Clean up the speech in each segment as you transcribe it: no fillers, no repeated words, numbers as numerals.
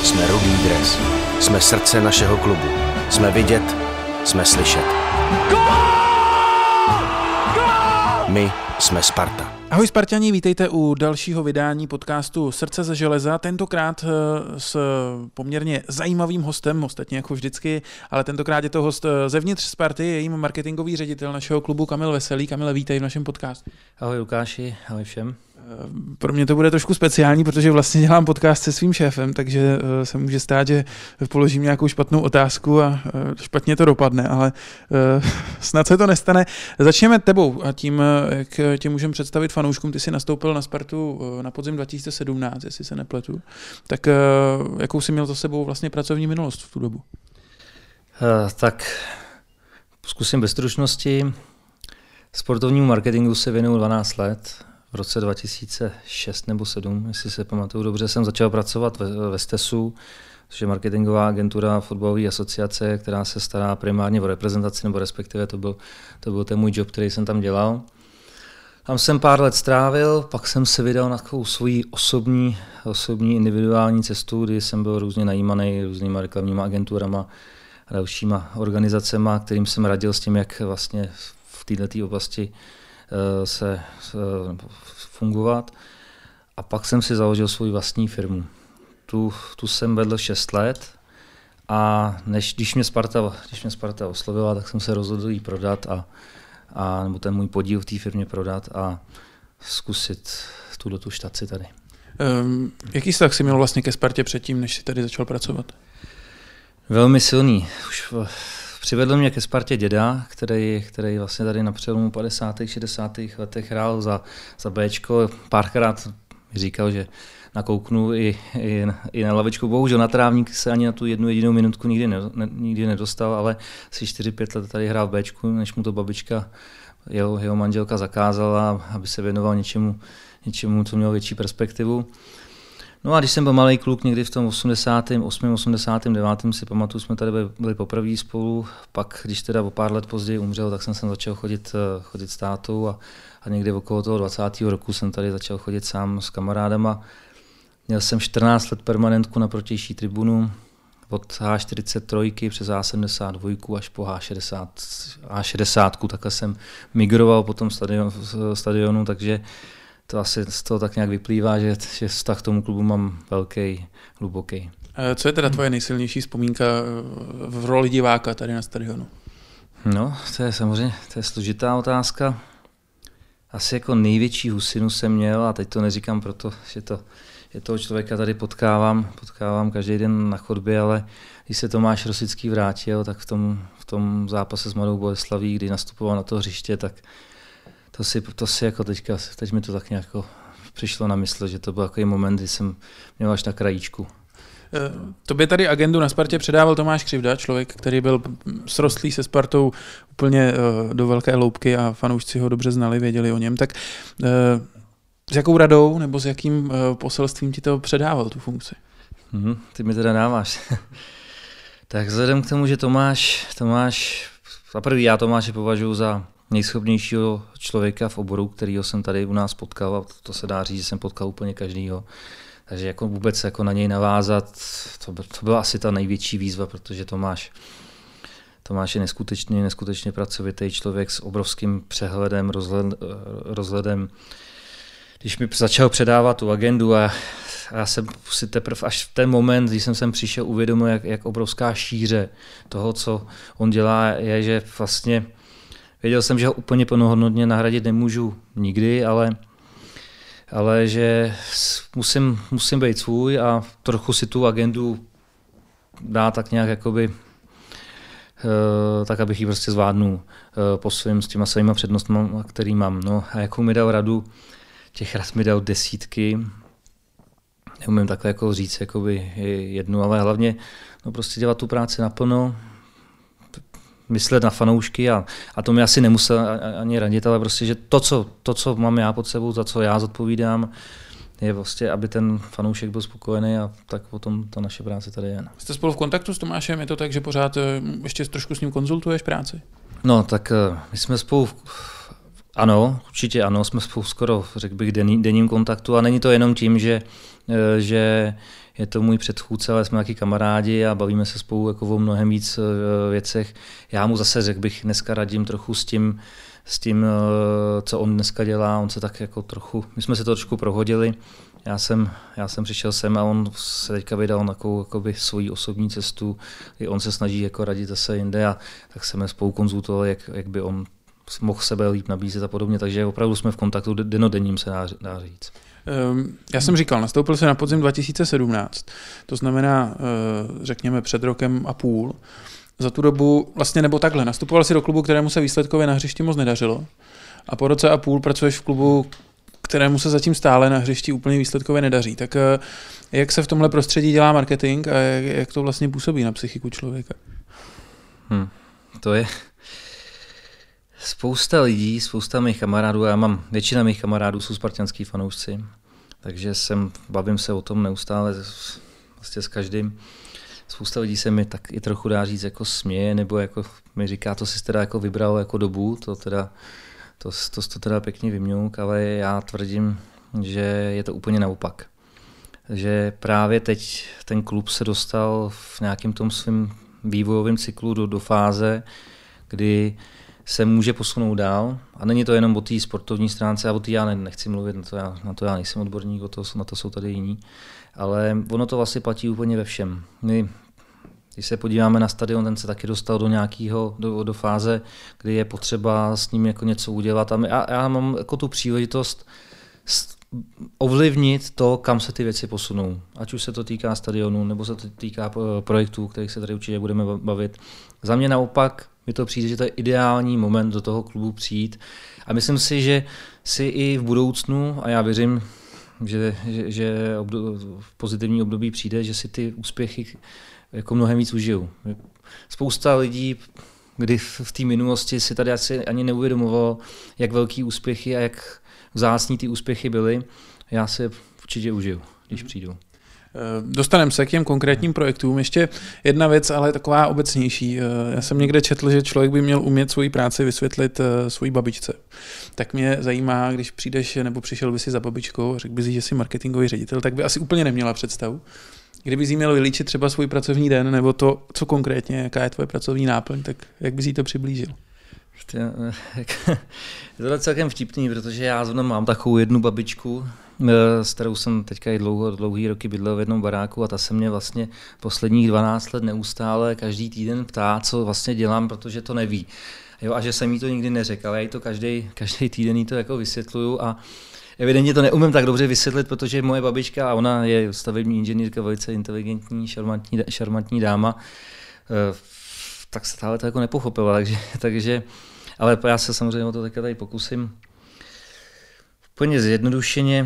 Jsme Rudý dres. Jsme srdce našeho klubu. Jsme vidět, jsme slyšet. My jsme Sparta. Ahoj Sparťani, vítejte u dalšího vydání podcastu Srdce ze železa, tentokrát s poměrně zajímavým hostem, ostatně jako vždycky, ale tentokrát je to host zevnitř Sparty, je jím marketingový ředitel našeho klubu Kamil Veselý. Kamile, vítej v našem podcastu. Ahoj Lukáši, ahoj všem. Pro mě to bude trošku speciální, protože vlastně dělám podcast se svým šéfem, takže se může stát, že položím nějakou špatnou otázku a špatně to dopadne, ale snad se to nestane. Začněme tebou a tím, jak tě můžeme představit fanouškům. Ty jsi nastoupil na Spartu na podzim 2017, jestli se nepletu. Tak jakou jsi měl za sebou vlastně pracovní minulost v tu dobu? Tak zkusím bez stručnosti. Sportovnímu marketingu se věnuju 12 let. V roce 2006 nebo 2007, jestli se pamatuju dobře, jsem začal pracovat ve STESu, což je marketingová agentura fotbalové asociace, která se stará primárně o reprezentaci, nebo respektive to byl ten můj job, který jsem tam dělal. Tam jsem pár let strávil, pak jsem se vydal na takovou svoji osobní individuální cestu, kdy jsem byl různě najímaný různýma reklamníma agenturama a dalšíma organizacemi, kterým jsem radil s tím, jak vlastně v této oblasti se fungovat. A pak jsem si založil svou vlastní firmu. Tu jsem vedl 6 let a když mě Sparta oslovila, tak jsem se rozhodl ji prodat nebo ten můj podíl v té firmě prodat a zkusit tu štaci tady. Jaký vztah jsi měl vlastně ke Spartě předtím, než jsi tady začal pracovat? Velmi silný. Už přivedl mě ke Spartě děda, který vlastně tady na přelomu 50. 60. letech hrál za Bčko. Párkrát mi říkal, že nakouknu i na lavičku. Bohužel na trávník se ani na tu jednu jedinou minutku nikdy nedostal, ale asi 4-5 let tady hrál v Bčku, než mu to babička, jeho manželka zakázala, aby se věnoval něčemu, co mělo větší perspektivu. No a když jsem byl malý kluk, někdy v tom 88. 89. si pamatuju, jsme tady byli poprvé spolu, pak když teda o pár let později umřel, tak jsem začal chodit s tátou a někdy okolo toho 20. roku jsem tady začal chodit sám s kamarádama. Měl jsem 14 let permanentku na protější tribunu, od H43 přes H72 až po H60, takhle jsem migroval po tom stadionu, takže to asi z toho tak nějak vyplývá, že vztah k tomu klubu mám velký, hluboký. Co je teda tvoje nejsilnější vzpomínka v roli diváka tady na stadionu? No, to je samozřejmě složitá otázka. Asi jako největší husinu jsem měl, a teď to neříkám proto, že toho člověka tady potkávám každý den na chodbě, ale když se Tomáš Rosický vrátil, tak v tom zápase s Mladou Boleslaví, kdy nastupoval na to hřiště, tak to si jako teď mi to tak nějak přišlo na mysl, že to byl takový moment, kdy jsem měl až na krajíčku. Tobě tady agendu na Spartě předával Tomáš Křivda, člověk, který byl srostlý se Spartou úplně do velké hloubky a fanoušci ho dobře znali, věděli o něm. Tak s jakou radou nebo s jakým poselstvím ti to předával, tu funkci? Ty mi teda dáváš. Tak vzhledem k tomu, že Tomáš, za prvý já Tomáše považuji za nejschopnějšího člověka v oboru, kterýho jsem tady u nás potkal, a to se dá říct, že jsem potkal úplně každýho. Takže jako vůbec jako na něj navázat, to byla asi ta největší výzva, protože Tomáš je neskutečně pracovitý člověk s obrovským přehledem, rozhledem. Když mi začal předávat tu agendu a já jsem si teprve až v ten moment, když jsem sem přišel, uvědomil, jak obrovská šíře toho, co on dělá, je, že vlastně věděl jsem, že ho úplně plnohodnotně nahradit nemůžu nikdy, ale že musím být svůj a trochu si tu agendu dát tak nějak jakoby, tak abych ji prostě zvládnul po svým s těma svýma přednostmi, který mám. No a jakou mi dal radu, těch rad mi dal desítky, neumím takhle jako říct jakoby jednu, ale hlavně prostě dělat tu práci naplno, myslet na fanoušky a to mi asi nemusel ani radit, ale prostě, že to, co mám já pod sebou, za co já zodpovídám, je prostě, aby ten fanoušek byl spokojený a tak potom ta naše práce tady je. Jste spolu v kontaktu s Tomášem? Je to tak, že pořád ještě trošku s ním konzultuješ práci? No, tak my jsme spolu Ano, určitě ano, jsme spolu skoro, řekl bych, denním kontaktu a není to jenom tím, že že je to můj předchůdce, ale jsme taky kamarádi a bavíme se spolu jako o mnohem víc věcech. Já mu zase řekl bych, dneska radím trochu s tím, co on dneska dělá, on se tak jako trochu, my jsme se to trošku prohodili, já jsem přišel sem a on se teďka vydal na takovou svoji osobní cestu, i on se snaží jako radit zase jinde a tak jsme spolu konzultovali, jak by on mohl sebe líp nabízet a podobně, takže opravdu jsme v kontaktu dennodenním, se dá říct. Já jsem říkal, nastoupil se na podzim 2017, to znamená, řekněme, před rokem a půl. Za tu dobu, vlastně nebo takhle, nastupoval si do klubu, kterému se výsledkově na hřišti moc nedařilo a po roce a půl pracuješ v klubu, kterému se zatím stále na hřišti úplně výsledkově nedaří. Tak jak se v tomhle prostředí dělá marketing a jak to vlastně působí na psychiku člověka? To je spousta lidí, spousta mých kamarádů, většina mých kamarádů jsou spartanský fanoušci, takže bavím se o tom neustále vlastně s každým. Spousta lidí se mi tak i trochu dá říct jako směje, nebo jako mi říká, to jsi teda jako vybral jako dobu, to teda pěkně vymňouk, ale já tvrdím, že je to úplně naopak. Že právě teď ten klub se dostal v nějakém tom svém vývojovém cyklu do fáze, kdy se může posunout dál a není to jenom o té sportovní stránce, a o té já nechci mluvit, na to já nejsem odborník, na to jsou tady jiní, ale ono to vlastně platí úplně ve všem. Když se podíváme na stadion, ten se taky dostal do fáze, kdy je potřeba s ním jako něco udělat a já mám jako tu příležitost ovlivnit to, kam se ty věci posunou. Ať už se to týká stadionu, nebo se to týká projektů, kterých se tady určitě budeme bavit. Za mě naopak mi to přijde, že to je ideální moment do toho klubu přijít a myslím si, že si i v budoucnu, a já věřím, že pozitivní období přijde, že si ty úspěchy jako mnohem víc užijou. Spousta lidí, kdy v té minulosti si tady asi ani neuvědomovalo, jak velký úspěchy a jak vzácní ty úspěchy byly. Já se určitě užiju, když přijdu. Dostaneme se k těm konkrétním projektům. Ještě jedna věc, ale taková obecnější. Já jsem někde četl, že člověk by měl umět svoji práci vysvětlit svojí babičce. Tak mě zajímá, když přijdeš nebo přišel by si za babičkou a řekl by si, že jsi marketingový ředitel, tak by asi úplně neměla představu. Kdyby jsi měl vylíčit třeba svůj pracovní den, nebo to, co konkrétně, jaká je tvoje pracovní náplň, tak jak bys jí to přiblížil? Je to celkem vtipný, protože já zrovna mám takovou jednu babičku, s kterou jsem teďka i dlouhý roky bydlel v jednom baráku a ta se mě vlastně posledních 12 let neustále každý týden ptá, co vlastně dělám, protože to neví. Jo, a že jsem jí to nikdy neřekl, ale já jí to každý týden jí to jako vysvětluju a evidentně to neumím tak dobře vysvětlit, protože moje babička, a ona je stavební inženýrka, velice inteligentní, šarmantní dáma, tak se tahle to jako nepochopila, takže ale já se samozřejmě o to teďka tady pokusím. Úplně zjednodušeně,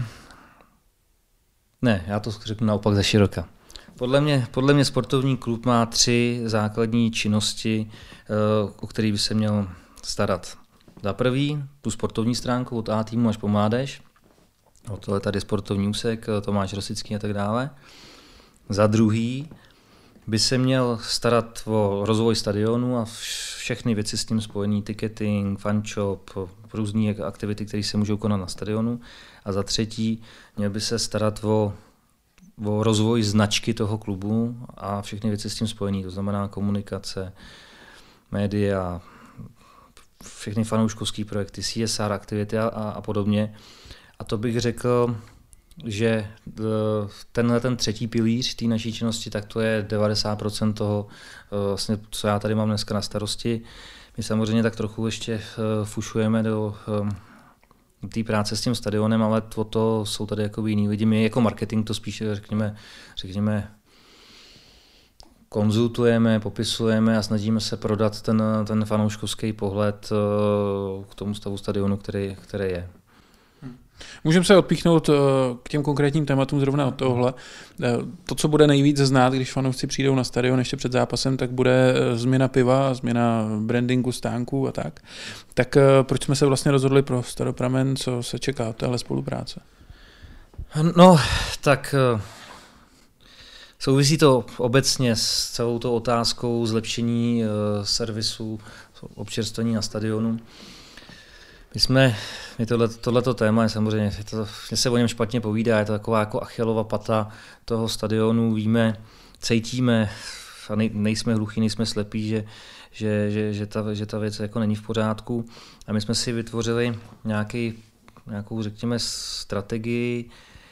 já to řeknu naopak za široka. Podle mě sportovní klub má 3 základní činnosti, o které by se měl starat. Za prvý, tu sportovní stránku od A týmu až po mládež. Tohle tady je sportovní úsek, Tomáš Rosický a tak dále. Za druhý by se měl starat o rozvoj stadionu a všechny věci s tím spojený, ticketing, fanshop, různé aktivity, které se můžou konat na stadionu. A za třetí měl by se starat o rozvoj značky toho klubu a všechny věci s tím spojený, to znamená komunikace, média, všechny fanouškovské projekty, CSR aktivity a podobně. A to bych řekl, že ten třetí pilíř té naší činnosti, tak to je 90% toho, vlastně, co já tady mám dneska na starosti. My samozřejmě tak trochu ještě fušujeme do té práce s tím stadionem, ale to jsou tady jako jiní lidi. My jako marketing to spíše řekněme konzultujeme, popisujeme a snažíme se prodat ten fanouškovský pohled k tomu stavu stadionu, který je. Můžeme se odpíchnout k těm konkrétním tématům zrovna od tohohle. To, co bude nejvíc znát, když fanoušci přijdou na stadion ještě před zápasem, tak bude změna piva, změna brandingu stánků a tak. Tak proč jsme se vlastně rozhodli pro Staropramen, co se čeká od téhle spolupráce? No, tak souvisí to obecně s celou tou otázkou zlepšení servisu, občerstvení na stadionu. Tohleto téma je samozřejmě, mě se o něm špatně povídá, je to taková jako Achillova pata toho stadionu, víme, cítíme a nejsme hluchí, nejsme slepí, že ta věc jako není v pořádku. A my jsme si vytvořili nějakou, řekněme, strategii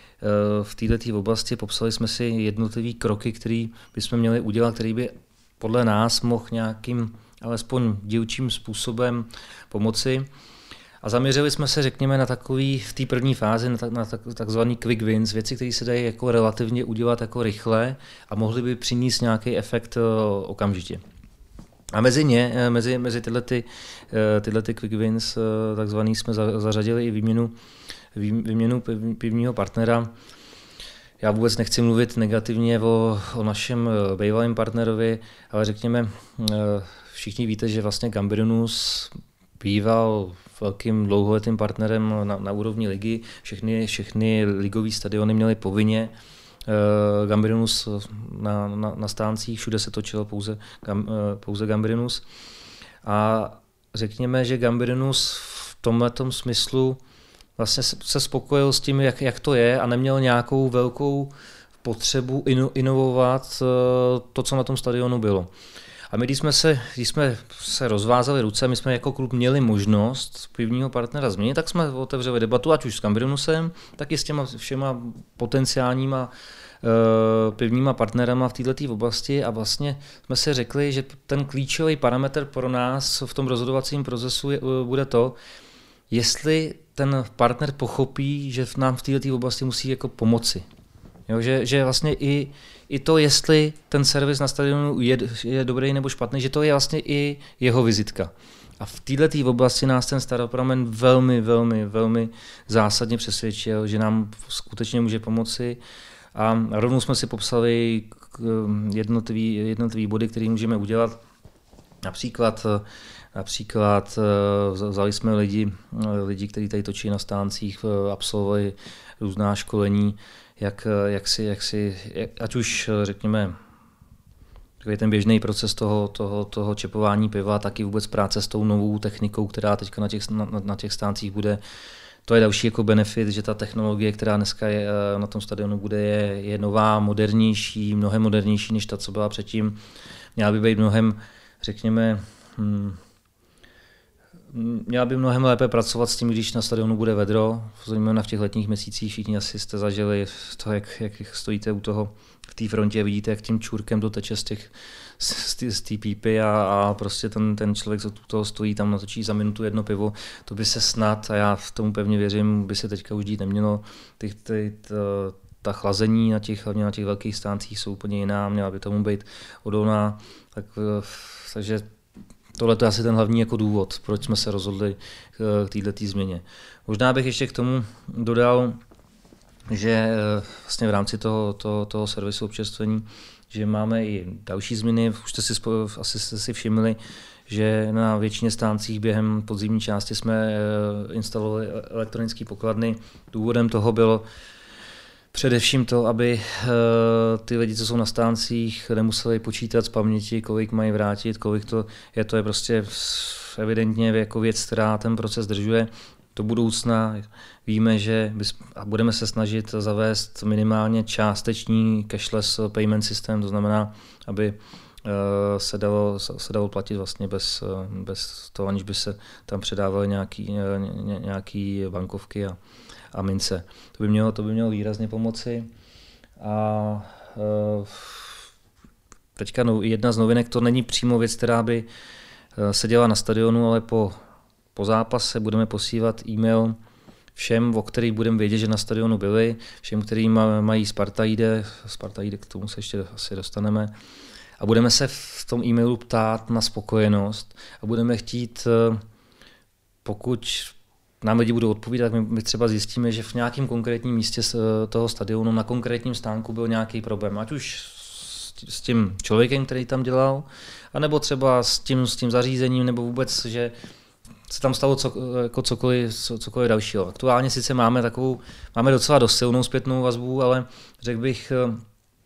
v této oblasti, popsali jsme si jednotlivý kroky, které bychom měli udělat, který by podle nás mohl nějakým alespoň dílčím způsobem pomoci. A zaměřili jsme se, řekněme, na takový v té první fázi, na takzvaný quick wins, věci, které se dají jako relativně udělat jako rychle a mohly by přinést nějaký efekt okamžitě. A mezi tyhle quick wins takzvaný jsme zařadili i výměnu pivního partnera. Já vůbec nechci mluvit negativně o našem bývalém partnerovi, ale řekněme, všichni víte, že vlastně Gambrinus býval velkým dlouholetým partnerem na úrovni ligy. Všechny ligové stadiony měly povinně Gambrinus na stáncích, všude se točilo pouze Gambrinus. A řekněme, že Gambrinus v tomhletom smyslu vlastně se spokojil s tím, jak to je a neměl nějakou velkou potřebu inovovat to, co na tom stadionu bylo. A my, když jsme se rozvázali ruce, my jsme jako klub měli možnost pivního partnera změnit, tak jsme otevřeli debatu, ať už s Gambrinusem, tak i s těma všema potenciálníma pivníma partnerama v této oblasti a vlastně jsme si řekli, že ten klíčový parametr pro nás v tom rozhodovacím procesu bude to, jestli ten partner pochopí, že nám v této oblasti musí jako pomoci. Jo, že vlastně i to, jestli ten servis na stadionu je dobrý nebo špatný, že to je vlastně i jeho vizitka. A v této oblasti nás ten Staropramen velmi, velmi, velmi zásadně přesvědčil, že nám skutečně může pomoci. A rovnou jsme si popsali jednotlivý body, které můžeme udělat. Například vzali jsme lidi, kteří tady točí na stáncích, absolvovali různá školení, jak si ať už řekněme ten běžný proces toho čepování piva, tak i vůbec práce s tou novou technikou, která teďka na těch stáncích bude. To je další jako benefit, že ta technologie, která dneska je na tom stadionu bude, je nová, modernější, mnohem modernější než ta, co byla předtím. Měla by být mnohem, řekněme, měla by mnohem lépe pracovat s tím, když na stadionu bude vedro, zejména v těch letních měsících. Všichni asi jste zažili to, jak stojíte u toho v té frontě, vidíte, jak tím čůrkem to teče z té pípy a prostě ten člověk, co toho stojí, tam natočí za minutu jedno pivo. To by se snad, a já v tomu pevně věřím, by se teďka už dít nemělo. Ta chlazení hlavně na těch velkých stáncích jsou úplně jiná, měla by tomu být odolná, takže tohle je asi ten hlavní jako důvod, proč jsme se rozhodli k této změně. Možná bych ještě k tomu dodal, že vlastně v rámci toho servisu občerstvení, že máme i další změny. Už jste si všimli, že na většině stáncích během podzimní části jsme instalovali elektronické pokladny. Důvodem toho bylo především to, aby ty lidi, co jsou na stáncích, nemuseli počítat z paměti, kolik mají vrátit, kolik to je prostě evidentně jako věc, která ten proces zdržuje. Do budoucna víme, že budeme se snažit zavést minimálně částečný cashless payment systém, to znamená, aby se dalo platit vlastně bez toho, aniž by se tam předávaly nějaký bankovky a mince. To by mělo výrazně pomoci. A teďka jedna z novinek, to není přímo věc, která by se dělala na stadionu, ale po zápase budeme posílat e-mail všem, o kterých budeme vědět, že na stadionu byli, všem, kteří mají Sparta ID, k tomu se ještě asi dostaneme. A budeme se v tom e-mailu ptát na spokojenost a budeme chtít, pokud nám lidi budou odpovídat, my třeba zjistíme, že v nějakém konkrétním místě toho stadionu, na konkrétním stánku byl nějaký problém, ať už s tím člověkem, který tam dělal, anebo třeba s tím zařízením, nebo vůbec, že se tam stalo cokoliv dalšího. Aktuálně sice máme docela dost silnou zpětnou vazbu, ale řekl bych,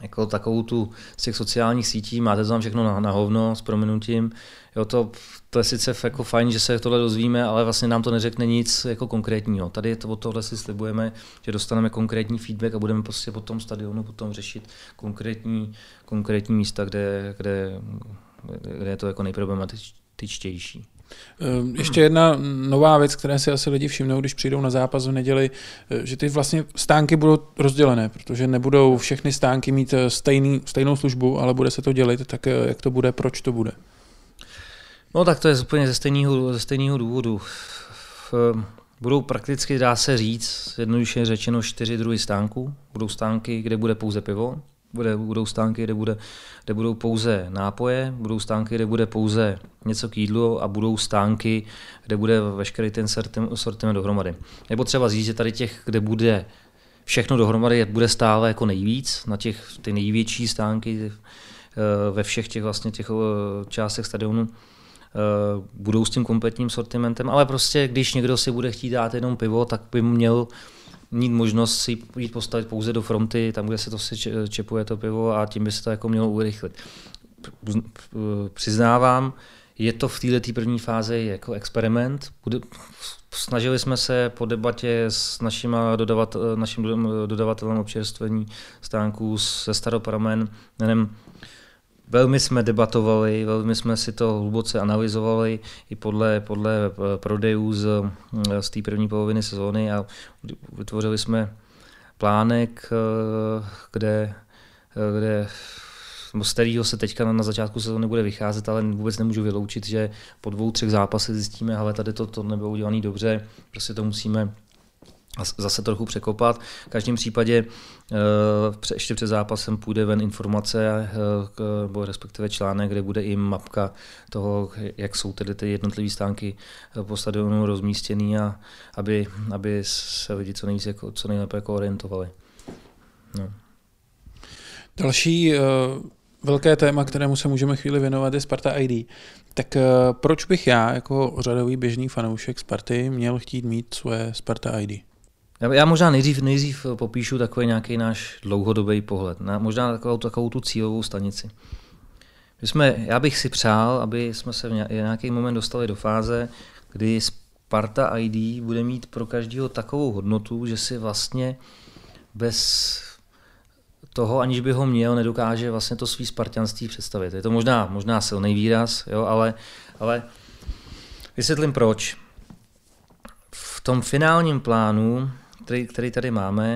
jako takovou tu z těch sociálních sítí, máte to tam všechno na hovno s prominutím. Jo, to je sice jako fajn, že se tohle dozvíme, ale vlastně nám to neřekne nic jako konkrétního. Tady od tohle si slibujeme, že dostaneme konkrétní feedback a budeme prostě po tom stadionu potom řešit konkrétní místa, kde je to jako nejproblematičtější. Ještě jedna nová věc, které si asi lidi všimnou, když přijdou na zápas v neděli, že ty vlastně stánky budou rozdělené, protože nebudou všechny stánky mít stejnou službu, ale bude se to dělit, tak jak to bude, proč to bude? No tak to je úplně ze stejného důvodu. Budou prakticky, dá se říct, jednoduše řečeno 4 druhy stánků. Budou stánky, kde bude pouze pivo, budou stánky, kde budou pouze nápoje, budou stánky, kde bude pouze něco k jídlu a budou stánky, kde bude veškerý ten sortiment dohromady. Je potřeba říct, že tady těch, kde bude všechno dohromady, bude stále jako nejvíc, na ty největší stánky ve všech těch částech stadionu budou s tím kompletním sortimentem, ale prostě když někdo si bude chtít dát jenom pivo, tak by měl mít možnost si jít postavit pouze do fronty, tam, kde se to si čepuje to pivo a tím by se to jako mělo urychlit. Přiznávám, je to v této první fázi jako experiment. Snažili jsme se po debatě s naším dodavatelem občerstvení stánků se Staropramenem. Velmi jsme debatovali, velmi jsme si to hluboce analyzovali i podle prodejů z té první poloviny sezóny a vytvořili jsme plánek, z kterého se teďka na začátku sezóny bude vycházet, ale vůbec nemůžu vyloučit, že po 2-3 zápasech zjistíme, ale tady to nebylo udělané dobře, prostě to musíme zase trochu překopat. V každém případě ještě před zápasem půjde ven informace, nebo respektive článek, kde bude i mapka toho, jak jsou tedy ty jednotlivé stánky po stadionu rozmístěný a aby se lidi co nejlépe jako orientovali. No. Další velké téma, kterému se můžeme chvíli věnovat, je Sparta ID. Tak proč bych já jako řadový běžný fanoušek Sparty měl chtít mít svoje Sparta ID? Já možná nejdřív popíšu takový nějaký náš dlouhodobý pohled, možná takovou tu cílovou stanici. Já bych si přál, aby jsme se v nějaký moment dostali do fáze, kdy Sparta ID bude mít pro každého takovou hodnotu, že si vlastně bez toho, aniž by ho měl, nedokáže vlastně to svý spartanství představit. Je to možná silný výraz, jo, ale vysvětlím proč. V tom finálním plánu, který tady máme,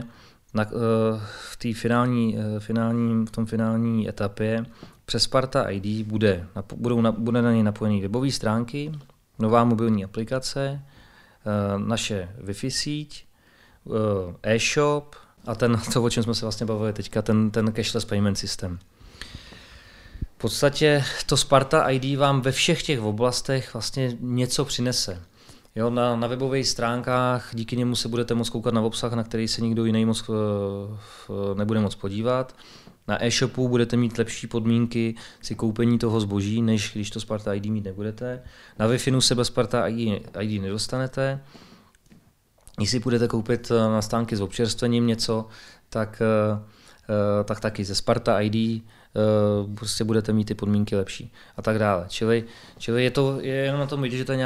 v tom finální etapě přes Sparta ID bude na něj napojený webové stránky, nová mobilní aplikace, naše Wi-Fi síť, e-shop a to, o čem jsme se vlastně bavili teďka, ten cashless payment system. V podstatě to Sparta ID vám ve všech těch oblastech vlastně něco přinese. Jo, na webových stránkách díky němu se budete moct koukat na obsah, na který se nikdo jiný nebude moct podívat. Na e-shopu budete mít lepší podmínky si koupení toho zboží, než když to Sparta ID mít nebudete. Na Wi-Fi se bez Sparta ID nedostanete. Když si budete koupit na stánky s občerstvením něco, tak taky ze Sparta ID prostě budete mít ty podmínky lepší a tak dále. Čili je jenom na tom vidět, že to je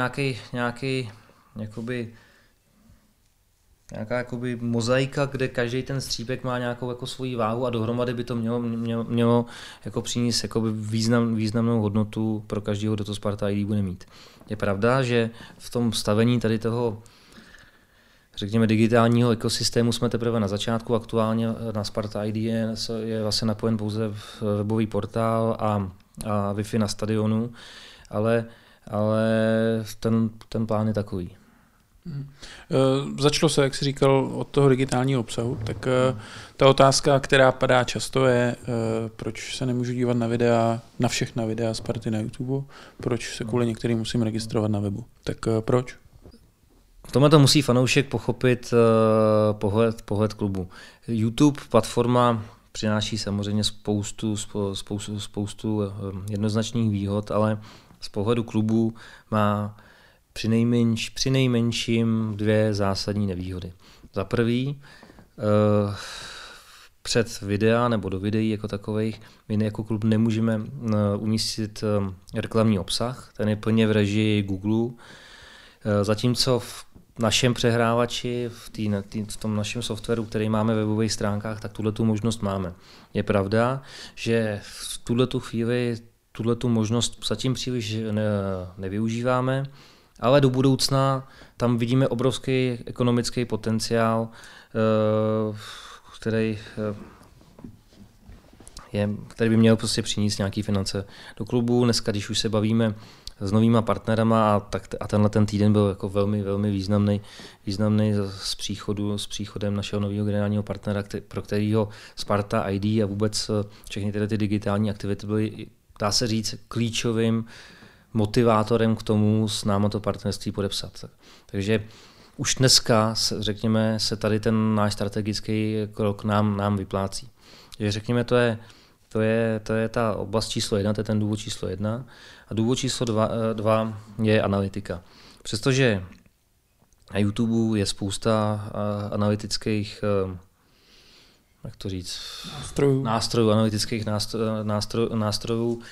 nějaká mozaika, kde každý ten střípek má nějakou jako svoji váhu a dohromady by to mělo jako přinést významnou hodnotu pro každého, kdo to Sparta ID bude mít. Je pravda, že v tom stavení tady toho řekněme digitálního ekosystému jsme teprve na začátku, aktuálně na Sparta ID je vlastně napojen pouze webový portál a Wi-Fi na stadionu, ale ten plán je takový. Začalo se, jak jsi říkal, od toho digitálního obsahu, tak ta otázka, která padá často je, proč se nemůžu dívat na všechna videa Sparty na YouTube, proč se kvůli některým musím registrovat na webu. Tak proč? V tomhle to musí fanoušek pochopit pohled klubu. YouTube platforma přináší samozřejmě spoustu jednoznačných výhod, ale z pohledu klubu má přinejmenším 2 zásadní nevýhody. Za prvý, před videa nebo do videí jako takových my jako klub nemůžeme umístit reklamní obsah, ten je plně v režii Google, zatímco v našem přehrávači, v tom našem softwaru, který máme ve webových stránkách, tak tuhletu možnost máme. Je pravda, že v tuhletu chvíli tuhletu možnost zatím příliš nevyužíváme, ale do budoucna tam vidíme obrovský ekonomický potenciál, který by měl prostě přinést nějaké finance do klubu. Dneska, když už se bavíme s novýma partnerama a tenhle ten týden byl jako velmi, velmi významný s příchodem našeho nového generálního partnera, pro kterého Sparta ID a vůbec všechny ty digitální aktivity byly, dá se říct, klíčovým motivátorem k tomu s náma to partnerství podepsat. Takže už dneska, řekněme, se tady ten náš strategický krok nám vyplácí. Takže řekněme, to je ta oblast číslo 1, to je ten důvod číslo 1. A důvod číslo 2 je analytika. Přestože na YouTube je spousta analytických, jak to říct, nástrojů, analytických nástrojů,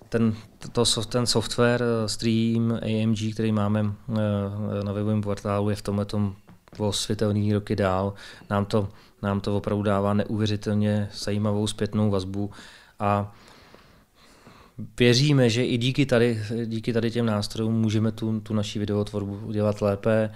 ten software Stream AMG, který máme na webovém portálu, je v tomhletom o světelný roky dál. Nám to opravdu dává neuvěřitelně zajímavou zpětnou vazbu a věříme, že i díky tady těm nástrojům můžeme tu naši videotvorbu udělat lépe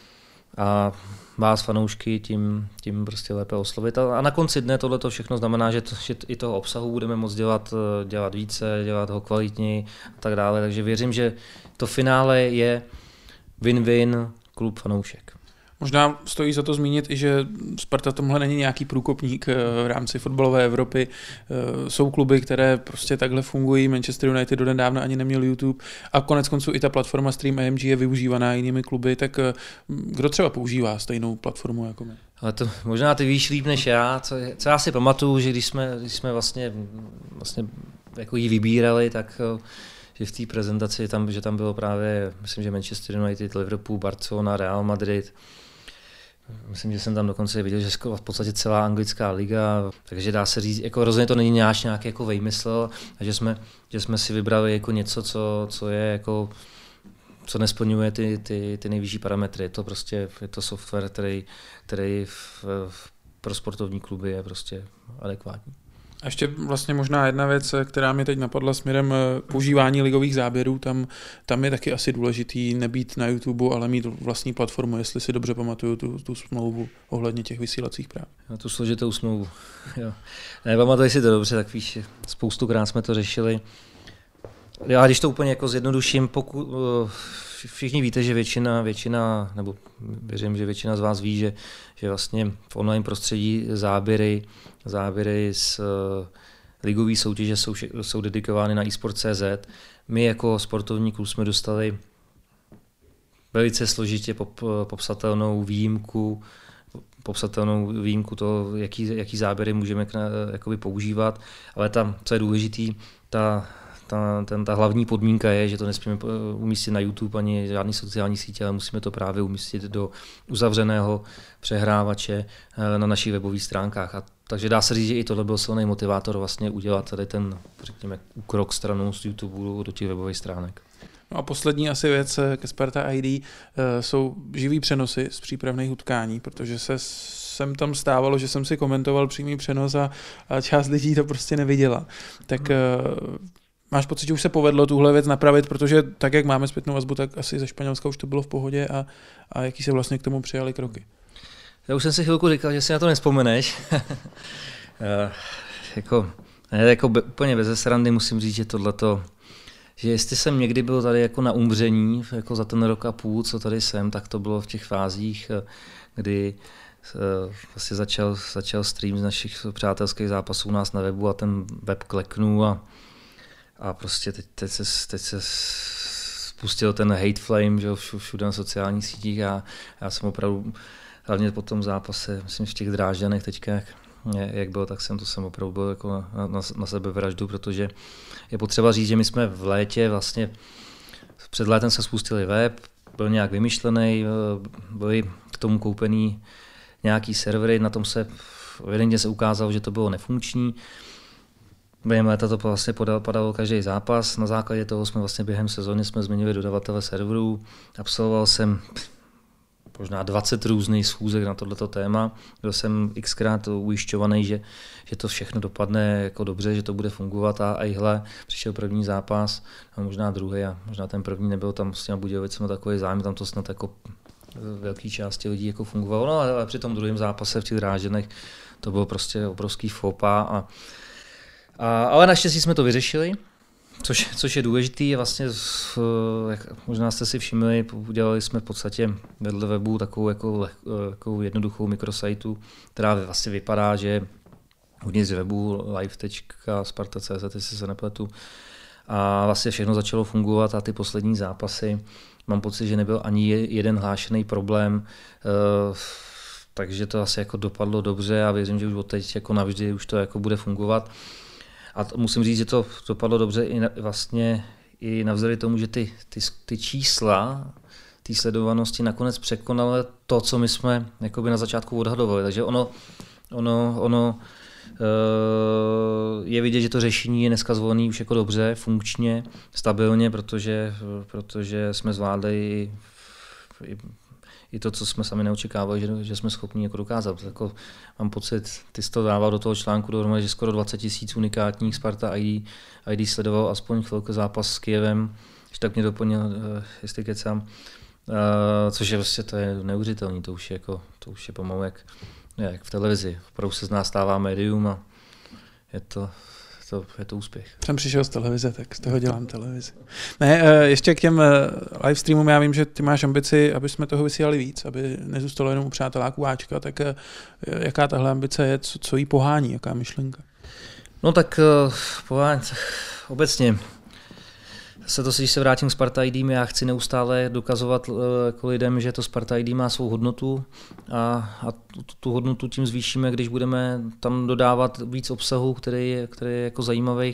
a vás fanoušky tím prostě lépe oslovit. A na konci dne tohle všechno znamená, že i toho obsahu budeme moct dělat více, dělat ho kvalitněji a tak dále. Takže věřím, že to finále je win-win klub fanoušek. Možná stojí za to zmínit i, že Sparta tomhle není nějaký průkopník v rámci fotbalové Evropy. Jsou kluby, které prostě takhle fungují. Manchester United donedávna ani neměl YouTube a konec konců i ta platforma Stream AMG je využívaná jinými kluby, tak kdo třeba používá stejnou platformu jako my? Ale to možná ty víš líp než já. Co já si pamatuju, že když jsme vlastně jako ji vybírali, tak že v té prezentaci že tam bylo právě, myslím, že Manchester United, Liverpool, Barcelona, Real Madrid. Myslím, že jsem tam dokonce viděl, že v podstatě celá anglická liga, takže dá se říct, jako rozhodně to není nějaký jako vejmysl, a že jsme si vybrali jako něco, co je jako, co nesplňuje ty nejvyšší parametry. Je to software, který pro sportovní kluby je prostě adekvátní. A ještě vlastně možná jedna věc, která mě teď napadla směrem používání ligových záběrů, tam je taky asi důležitý nebýt na YouTube, ale mít vlastní platformu, jestli si dobře pamatuju tu smlouvu ohledně těch vysílacích práv. Na tu složitou smlouvu. Jo. Nepamatuji si to dobře, tak víš, spoustukrát jsme to řešili. Já když to úplně jako zjednoduším, všichni víte, že většina, nebo věřím, že většina z vás ví, že vlastně v online prostředí záběry z ligové soutěže jsou dedikovány na eSport.cz. My jako sportovní klub jsme dostali velice složitě popsatelnou výjimku toho, jaký záběry můžeme jakoby používat, ale tam, co je důležitý, ta hlavní podmínka je, že to nesmíme umístit na YouTube ani žádný sociální sítě, ale musíme to právě umístit do uzavřeného přehrávače na našich webových stránkách. Takže dá se říct, že i tohle byl silný motivátor vlastně udělat tady ten, řekněme, úkrok stranou z YouTube do těch webových stránek. No a poslední asi věc ke Sparta ID jsou živý přenosy z přípravných utkání, protože sem tam stávalo, že jsem si komentoval přímý přenos a část lidí to prostě neviděla. Tak máš pocit, že už se povedlo tuhle věc napravit, protože tak, jak máme zpětnou vazbu, tak asi ze Španělska už to bylo v pohodě a jaký se vlastně k tomu přijali kroky? Já už jsem si chvilku říkal, že si na to nevzpomeneš. Úplně bez srandy musím říct, že tohleto, že jestli jsem někdy byl tady jako na umření, jako za ten rok a půl, co tady jsem, tak to bylo v těch fázích, kdy vlastně začal stream z našich přátelských zápasů u nás na webu a ten web kleknul a prostě teď se spustil ten hate flame, že všude na sociálních sítích a já jsem opravdu, hlavně po tom zápase, myslím, v těch Drážďanech teďka, jak bylo, tak jsem opravdu byl jako na sebevraždu, protože je potřeba říct, že my jsme v létě vlastně, před létem se spustili web, byl nějak vymyšlený, byly k tomu koupený nějaký servery, na tom se evidentně se ukázalo, že to bylo nefunkční. Během léta to vlastně padalo každý zápas. Na základě toho jsme vlastně během sezóny jsme změnili dodavatele serverů. Absolvoval jsem možná 20 různých schůzek na tohleto téma. Byl jsem xkrát ujišťovaný, že to všechno dopadne jako dobře, že to bude fungovat a hle, přišel první zápas a možná druhý a možná ten první nebyl tam s těma Budějovicemi takový zájem, tam to snad jako velké části lidí jako fungovalo, no ale při tom druhém zápase v těch Drážďanech to bylo prostě obrovský fópa ale naštěstí jsme to vyřešili. Což je důležitý, je vlastně, jak možná jste si všimli, udělali jsme v podstatě vedle webu takovou jako jednoduchou mikrosajtu, která vlastně vypadá, že hodně z webu live.sparta.cz, jestli se nepletu. A vlastně všechno začalo fungovat a ty poslední zápasy, mám pocit, že nebyl ani jeden hlášený problém, takže to asi jako dopadlo dobře a věřím, že už od teď jako navždy už to jako bude fungovat. A musím říct, že to dopadlo dobře i navzdory tomu, že ty čísla té sledovanosti nakonec překonaly to, co my jsme jakoby na začátku odhadovali. Takže ono je vidět, že to řešení je dneska zvolené už jako dobře, funkčně, stabilně, protože jsme zvládli i to, co jsme sami neočekávali, že jsme schopni jako dokázat. Jako, mám pocit, ty jsi to dával do toho článku dohromady, že skoro 20 000 unikátních Sparta ID sledoval aspoň chvilku zápas s Kyjevem, že tak mě doplnil, jestli kecám, což je vlastně to je neuvěřitelné, to už je pomalu jak v televizi. Opravdu se z nás stává médium a je to úspěch. Jsem přišel z televize, tak z toho dělám televizi. Ne, ještě k těm live streamům, já vím, že ty máš ambici, aby jsme toho vysílali víc, aby nezůstalo jenom u přáteláků Ačka, tak jaká tahle ambice je, co jí pohání, jaká myšlenka? No tak pohání, obecně když se vrátím k Sparta ID, já chci neustále dokazovat jako lidem, že to Sparta ID má svou hodnotu a tu hodnotu tím zvýšíme, když budeme tam dodávat víc obsahu, který je jako zajímavý,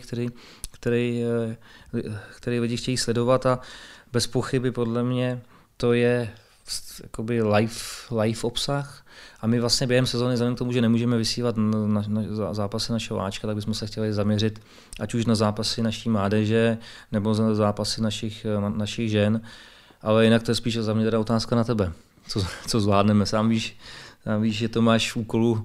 který lidi chtějí sledovat a bez pochyby podle mě to je jakoby live obsah. A my vlastně během sezóny, vzhledem k tomu, že nemůžeme vysílat na zápasy našeho Ačka, tak bychom se chtěli zaměřit ať už na zápasy naší mládeže, nebo na zápasy našich žen. Ale jinak to je spíš za mě teda otázka na tebe. Co zvládneme? Sám víš, že to máš v úkolu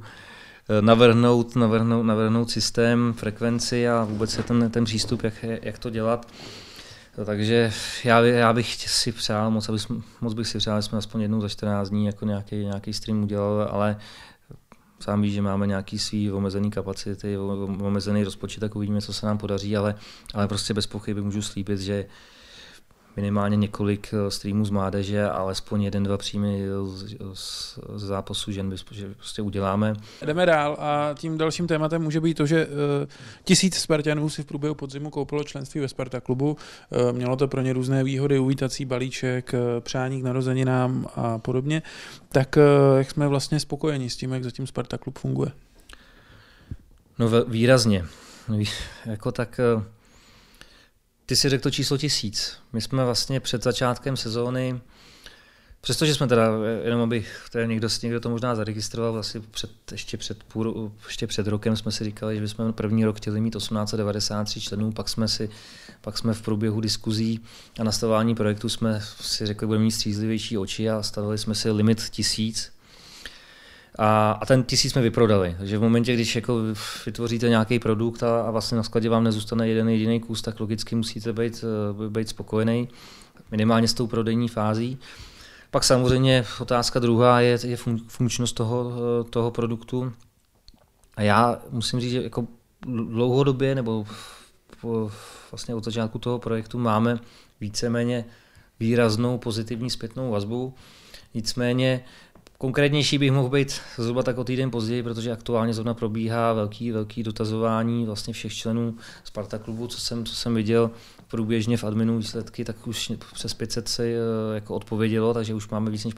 navrhnout systém, frekvenci a vůbec je ten přístup, jak to dělat. Takže já bych si přál, moc bych si přál, že jsme aspoň jednou za 14 dní jako nějaký stream udělali, ale sám víš, že máme nějaký svý omezený kapacity, omezený rozpočet, tak uvidíme, co se nám podaří, ale prostě bez pochyby můžu slíbit, že minimálně několik streamů z mládeže, alespoň 1-2 příjmy z zápasu žen prostě uděláme. Jdeme dál a tím dalším tématem může být to, že 1000 Spartanů si v průběhu podzimu koupilo členství ve Sparta klubu. Mělo to pro ně různé výhody, uvítací balíček, přání k narozeninám a podobně. Tak jak jsme vlastně spokojeni s tím, jak zatím Sparta klub funguje? No výrazně. Jako tak... Ty si řekl to číslo 1000. My jsme vlastně před začátkem sezóny, přestože jsme teda, jenom aby někdo to možná zaregistroval, vlastně ještě před rokem jsme si říkali, že bychom první rok chtěli mít 1893 členů, pak jsme v průběhu diskuzí a nastavování projektu jsme si řekli, že budeme mít střízlivější oči a stavili jsme si limit 1000. A ten 1000 jsme vyprodali, takže v momentě, když jako vytvoříte nějaký produkt a vlastně na skladě vám nezůstane jeden jediný kus, tak logicky musíte být spokojený, minimálně s tou prodejní fází. Pak samozřejmě otázka druhá je funkčnost toho produktu. A já musím říct, že jako dlouhodobě nebo vlastně od začátku toho projektu máme víceméně výraznou pozitivní zpětnou vazbu. Nicméně konkrétnější bych mohl být zhruba tak o týden později, protože aktuálně zrovna probíhá velký dotazování vlastně všech členů Sparta klubu, co jsem viděl průběžně v adminu výsledky, tak už přes 500 se jako odpovědělo, takže už máme víc než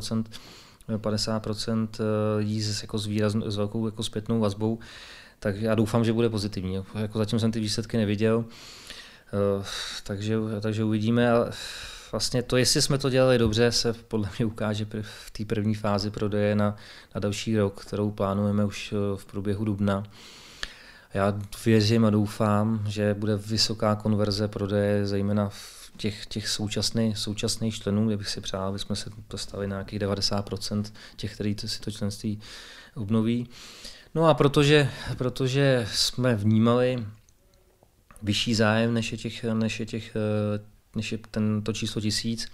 50% lidí s velkou jako zpětnou vazbou, tak já doufám, že bude pozitivní. Jako zatím jsem ty výsledky neviděl, takže uvidíme. vlastně to, jestli jsme to dělali dobře, se podle mě ukáže v té první fázi prodeje na další rok, kterou plánujeme už v průběhu dubna. Já věřím a doufám, že bude vysoká konverze prodeje, zejména v těch současných členů, kde bych si přál, aby jsme se dostali na nějakých 90% těch, kteří si to členství obnoví. No a protože jsme vnímali vyšší zájem, než je to číslo 1000,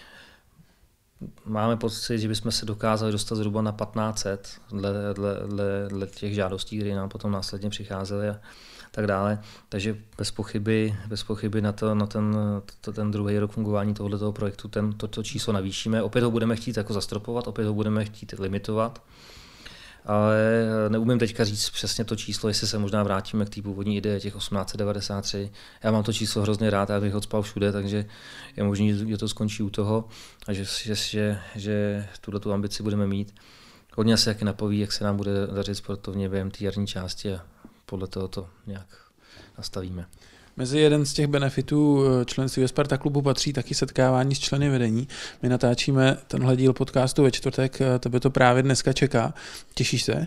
máme pocit, že bychom se dokázali dostat zhruba na 1500 dle těch žádostí, které nám potom následně přicházely a tak dále. Takže bez pochyby na ten druhý rok fungování tohoto projektu to číslo navýšíme. Opět ho budeme chtít jako zastropovat, opět ho budeme chtít limitovat. Ale neumím teďka říct přesně to číslo, jestli se možná vrátíme k té původní ideje těch 1893. Já mám to číslo hrozně rád, abych ho cpal všude, takže je možné, že to skončí u toho a že tuto ambici budeme mít. Hodně se taky napoví, jak se nám bude dařit sportovně během té jarní části a podle toho to nějak nastavíme. Mezi jeden z těch benefitů členství ve Sparta klubu patří taky setkávání s členy vedení. My natáčíme tenhle díl podcastu ve čtvrtek, tebe to právě dneska čeká. Těšíš se?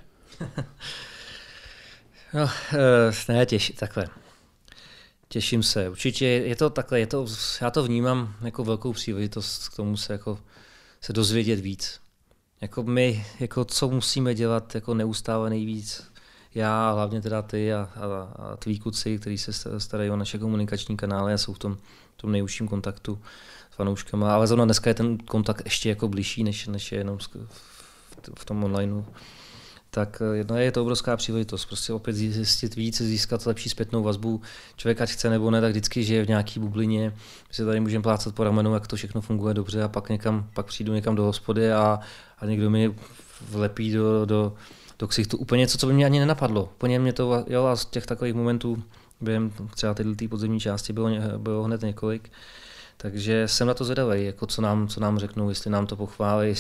No, ne, takhle. Těším se. Určitě je to takhle, já to vnímám jako velkou příležitost k tomu se dozvědět víc. Jako my, co musíme dělat jako neustále nejvíc. Já, hlavně teda ty a tví kluci, kteří se starají o naše komunikační kanály a jsou v tom nejužším kontaktu s fanouškama. Ale zrovna dneska je ten kontakt ještě jako blížší, než je jenom v tom onlineu. Tak je to obrovská příležitost. Prostě opět zjistit víc, získat lepší zpětnou vazbu. Člověk, ať chce nebo ne, tak vždycky žije v nějaký bublině. My se tady můžeme plácat po ramenu, jak to všechno funguje dobře a pak přijdu někam do hospody a někdo mi vlepí do ksichtu úplně něco, co by mě ani nenapadlo. Úplně mě to, a z těch takových momentů během třeba té podzemní části bylo hned několik. Takže jsem na to zvědavý, jako co nám řeknou, jestli nám to pochválí,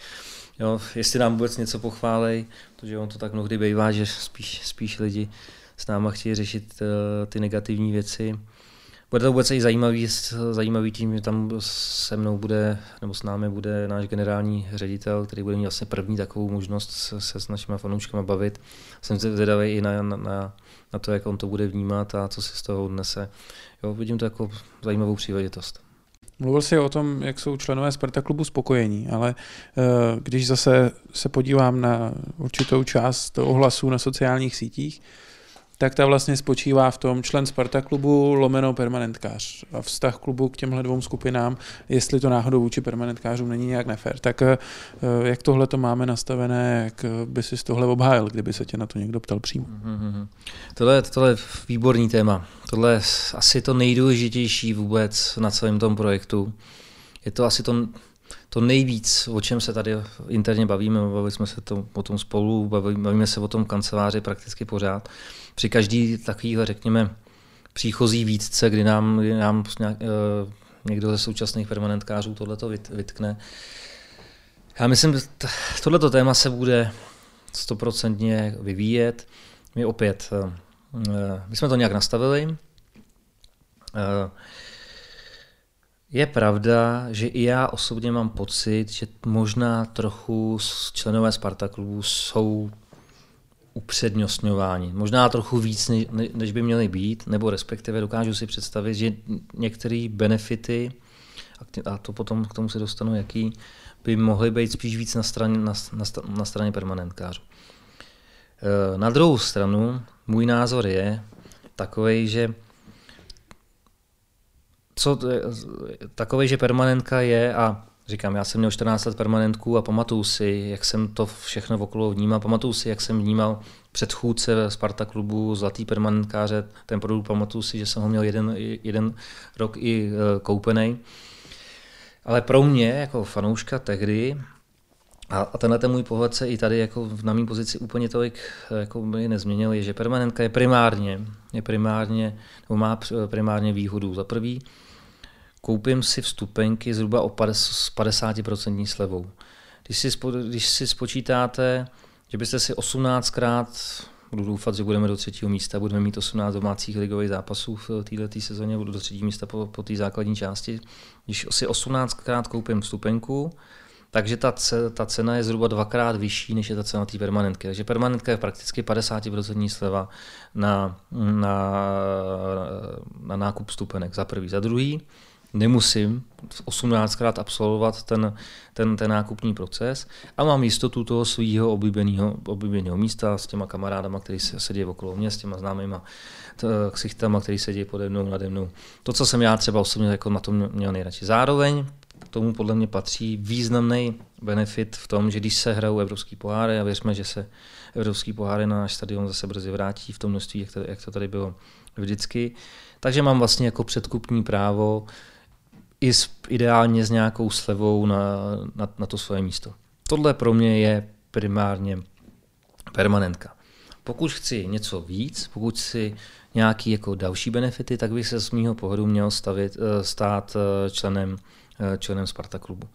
jestli nám vůbec něco pochválí, protože on to tak mnohdy bývá, že spíš lidi s náma chtějí řešit ty negativní věci. Bude to vůbec i zajímavý tím, že tam se mnou bude, nebo s námi bude náš generální ředitel, který bude mít vlastně první takovou možnost se s našimi fanouškama bavit. Jsem zvědavý i na to, jak on to bude vnímat a co si z toho odnese. Vidím to jako zajímavou příležitost. Mluvil jsi o tom, jak jsou členové Sparta klubu spokojení, ale když zase se podívám na určitou část ohlasů na sociálních sítích, tak ta vlastně spočívá v tom člen Sparta klubu lomeno permanentkář a vztah klubu k těmhle dvou skupinám, jestli to náhodou vůči permanentkářům není nějak nefér. Tak jak tohle to máme nastavené, jak by si tohle obhájil, kdyby se tě na to někdo ptal přímo? Tohle je výborný téma. Tohle je asi to nejdůležitější vůbec na celém tom projektu. Je to asi to nejvíc, o čem se tady interně bavíme jsme se o tom spolu, bavíme se o tom kanceláři prakticky pořád. Při každý takovýhle, řekněme, příchozí výtce, kdy nám někdo ze současných permanentkářů tohleto vytkne. Já myslím, že tohleto téma se bude 100% vyvíjet. My jsme to nějak nastavili. Je pravda, že i já osobně mám pocit, že možná trochu členové Sparta klubu jsou upřednostňováni. Možná trochu víc, než by měly být, nebo respektive dokážu si představit, že některé benefity, a to potom k tomu se dostanu, jaký, by mohly být spíš víc na straně permanentkářů. Na druhou stranu, můj názor je takovej, že že permanentka je, a říkám, já jsem měl 14 let permanentku a pamatuju si, jak jsem to všechno okolo vnímal, pamatuju si, jak jsem vnímal předchůdce ve Sparta klubu, zlatý permanentkáře, ten produkt pamatuju si, že jsem ho měl jeden rok i koupený. Ale pro mě, jako fanouška tehdy, a tenhle můj pohled se i tady jako na mý pozici úplně tolik jako by nezměnil, je, že permanentka je primárně, nebo má primárně výhodu. Za prvý, koupím si vstupenky zhruba s 50% slevou. Když si spočítáte, že byste si 18krát budu doufat, že budeme do 3. místa, budeme mít 18 domácích ligových zápasů v této sezóně, budu do 3. místa po té základní části. Když si 18krát koupím vstupenku, takže ta cena je zhruba 2x vyšší, než je ta cena té permanentky. Takže permanentka je prakticky 50% sleva na nákup vstupenek za prvý. Za druhý, nemusím 18krát absolvovat ten nákupní proces a mám jistotu toho svého oblíbeného místa s těma kamarádama, který se sedí okolo mě, s těma známýma ksichtama, který sedí pode mnou, nade mnou. To, co jsem já třeba osobně jako na tom měl nejradši. Zároveň k tomu podle mě patří významný benefit v tom, že když se hrajou evropský poháry, a věřme, že se evropský poháry na náš stadion zase brzy vrátí v tom množství, jak to tady bylo vždycky, takže mám vlastně jako předkupní právo ideálně s nějakou slevou na to svoje místo. Tohle pro mě je primárně permanentka. Pokud chci něco víc, pokud chci nějaký jako další benefity, tak bych se z mýho pohledu měl stát členem Sparta klubu.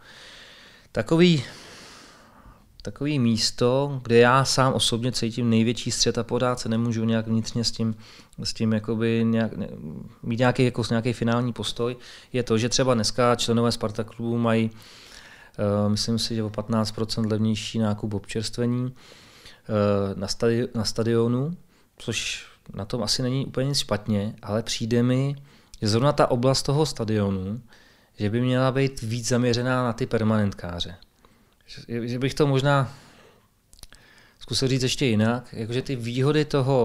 Takový místo, kde já sám osobně cítím největší střet a pořád se nemůžu nějak vnitřně s tím jakoby mít nějaký finální postoj, je to, že třeba dneska členové Sparta klubu mají, myslím si, že o 15% levnější nákup občerstvení na stadionu, což na tom asi není úplně nic špatně, ale přijde mi, že zrovna ta oblast toho stadionu, že by měla být víc zaměřená na ty permanentkáře. Že bych to možná zkusil říct ještě jinak, jakože ty výhody